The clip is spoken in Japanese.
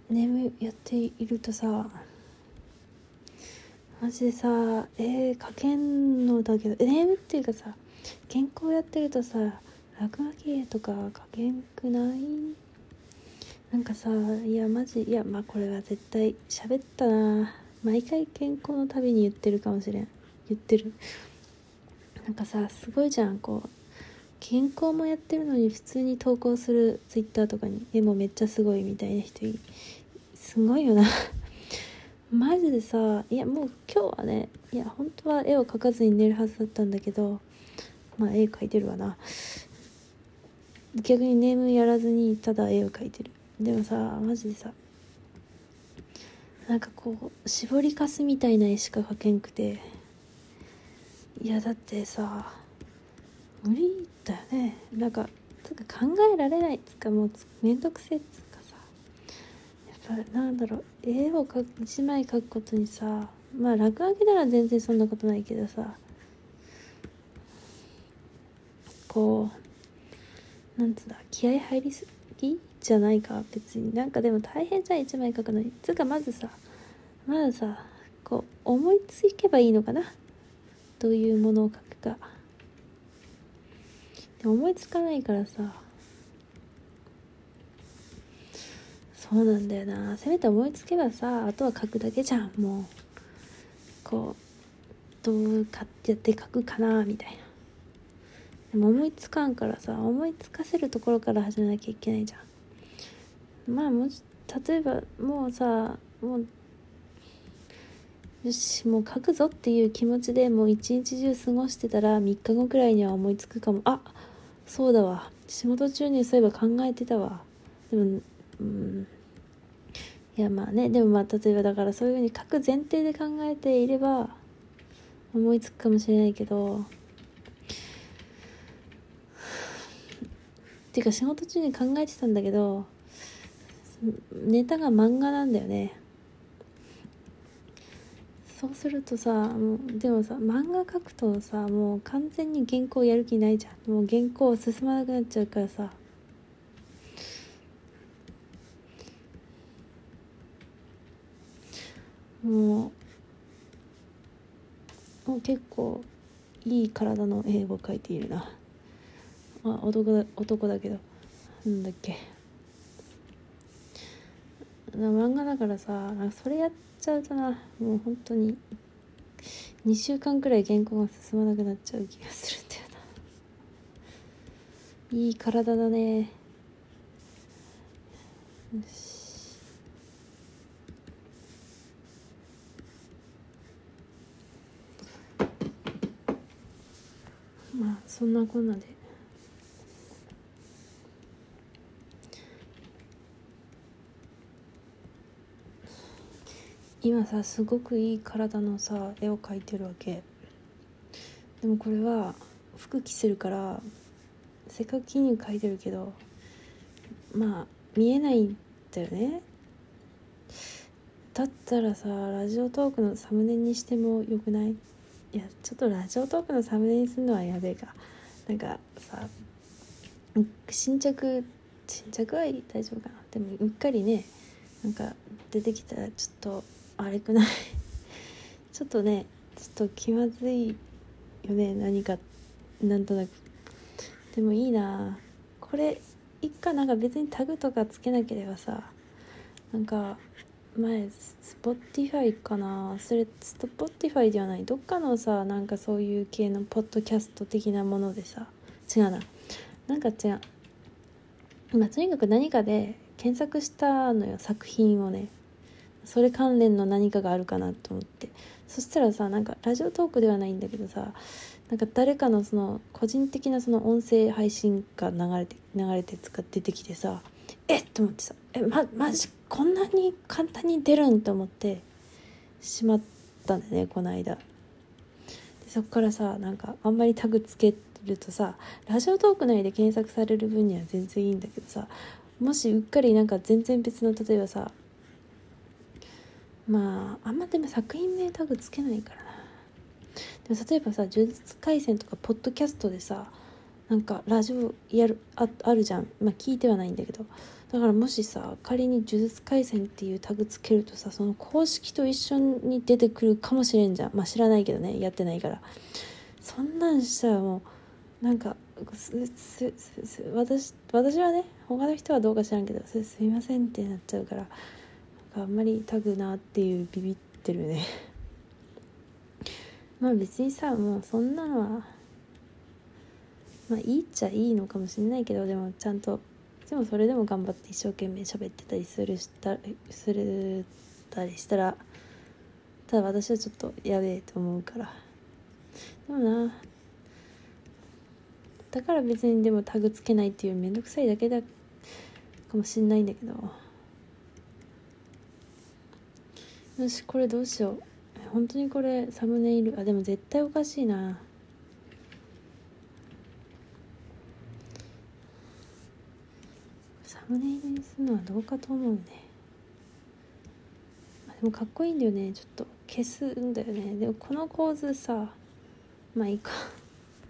やっているとさ、マジでさ書けんのだけど、眠っていうかさ、原稿やってるとさ、落書き絵とか書けんくない？なんかさ、まあこれは絶対喋ったな。毎回原稿のたびに言ってるかもしれん。言ってる。なんかさ、すごいじゃん。こう原稿もやってるのに普通に投稿するツイッターとかに絵もめっちゃすごいみたいな人すごいよなマジでさ、もう今日はね、本当は絵を描かずに寝るはずだったんだけど、まあ絵描いてるわな。逆にネームやらずにただ絵を描いてる。でもさ、マジでさ、なんかこう絞りかすみたいな絵しか描けんくて、だってさ、無理だよね。なんか考えられないつか、もうめんどくせえつかさ、やっぱなんだろう、絵を一枚描くことにさ、まあ落書きなら全然そんなことないけどさ、こうなんつうんだ、気合入りすぎじゃないか別に。なんかでも大変じゃん、一枚描くのに。つかまずさこう思いつけばいいのかな、どういうものを描くか。でも思いつかないからさ、そうなんだよな。せめて思いつけばさ、あとは書くだけじゃん。もうこうどうかってやって書くかなみたいな。でも思いつかんからさ、思いつかせるところから始めなきゃいけないじゃん。まあ例えばもうさ、もうよし、もう書くぞっていう気持ちでもう一日中過ごしてたら、3日後くらいには思いつくかも。あ、そうだわ、仕事中にそういえば考えてたわ。でもまあね、でもまあ例えばだからそういう風に書く前提で考えていれば思いつくかもしれないけど、っていうか仕事中に考えてたんだけど、ネタが漫画なんだよね。そうするとさ、でもさ、漫画描くとさ、もう完全に原稿やる気ないじゃん。もう原稿進まなくなっちゃうからさ、もう結構いい体の絵を描いているな。男だけど、なんだっけ、漫画だからさ、なんかそれやっちゃうとな、もう本当に2週間くらい原稿が進まなくなっちゃう気がするんだよな。いい体だね。よし、まあそんなこんなで今さ、すごくいい体のさ絵を描いてるわけ。でもこれは服着せるからせっかく筋肉描いてるけど、まあ見えないんだよね。だったらさ、ラジオトークのサムネにしてもよくない？ちょっとラジオトークのサムネにするのはやべえか。なんかさ、新着は大丈夫かな。でもうっかりね、なんか出てきたらちょっとあれくないちょっとね、ちょっと気まずいよね、何かなんとなく。でもいいなこれ。いっか、なんか別にタグとかつけなければさ、なんか前Spotify かな、それSpotify ではない、どっかのさ、なんかそういう系のポッドキャスト的なものでさ、違うな、なんか違う、まあとにかく何かで検索したのよ、作品をね。それ関連の何かがあるかなと思って、そしたらさ、なんかラジオトークではないんだけどさ、なんか誰かのその個人的なその音声配信が流れて出てきてさ、と思ってさ、マジこんなに簡単に出るんと思ってしまったんだよね、この間。でそっからさ、なんかあんまりタグつけるとさ、ラジオトーク内で検索される分には全然いいんだけどさ、もしうっかりなんか全然別の、例えばさ、まああんまでも作品名タグつけないからな。でも例えばさ、呪術廻戦とかポッドキャストでさ、なんかラジオあるじゃん。まあ聞いてはないんだけど、 だからもしさ仮に呪術廻戦っていうタグつけるとさ、その公式と一緒に出てくるかもしれんじゃん。まあ知らないけどね、やってないから。そんなんしたらもうなんか私はね、他の人はどうか知らんけどすいませんってなっちゃうから、あんまりタグなっていうビビってるねまあ別にさ、もうそんなのはまあいいっちゃいいのかもしれないけど、でもちゃんとでもそれでも頑張って一生懸命喋ってたりするたりしたら、ただ私はちょっとやべえと思うから。でもな、だから別にでもタグつけないっていうめんどくさいだけだかもしんないんだけど、よしこれどうしよう。本当にこれサムネイル、でも絶対おかしいな。サムネイルにするのはどうかと思うね。でもかっこいいんだよね。ちょっと消すんだよね。でもこの構図さ、まあいいか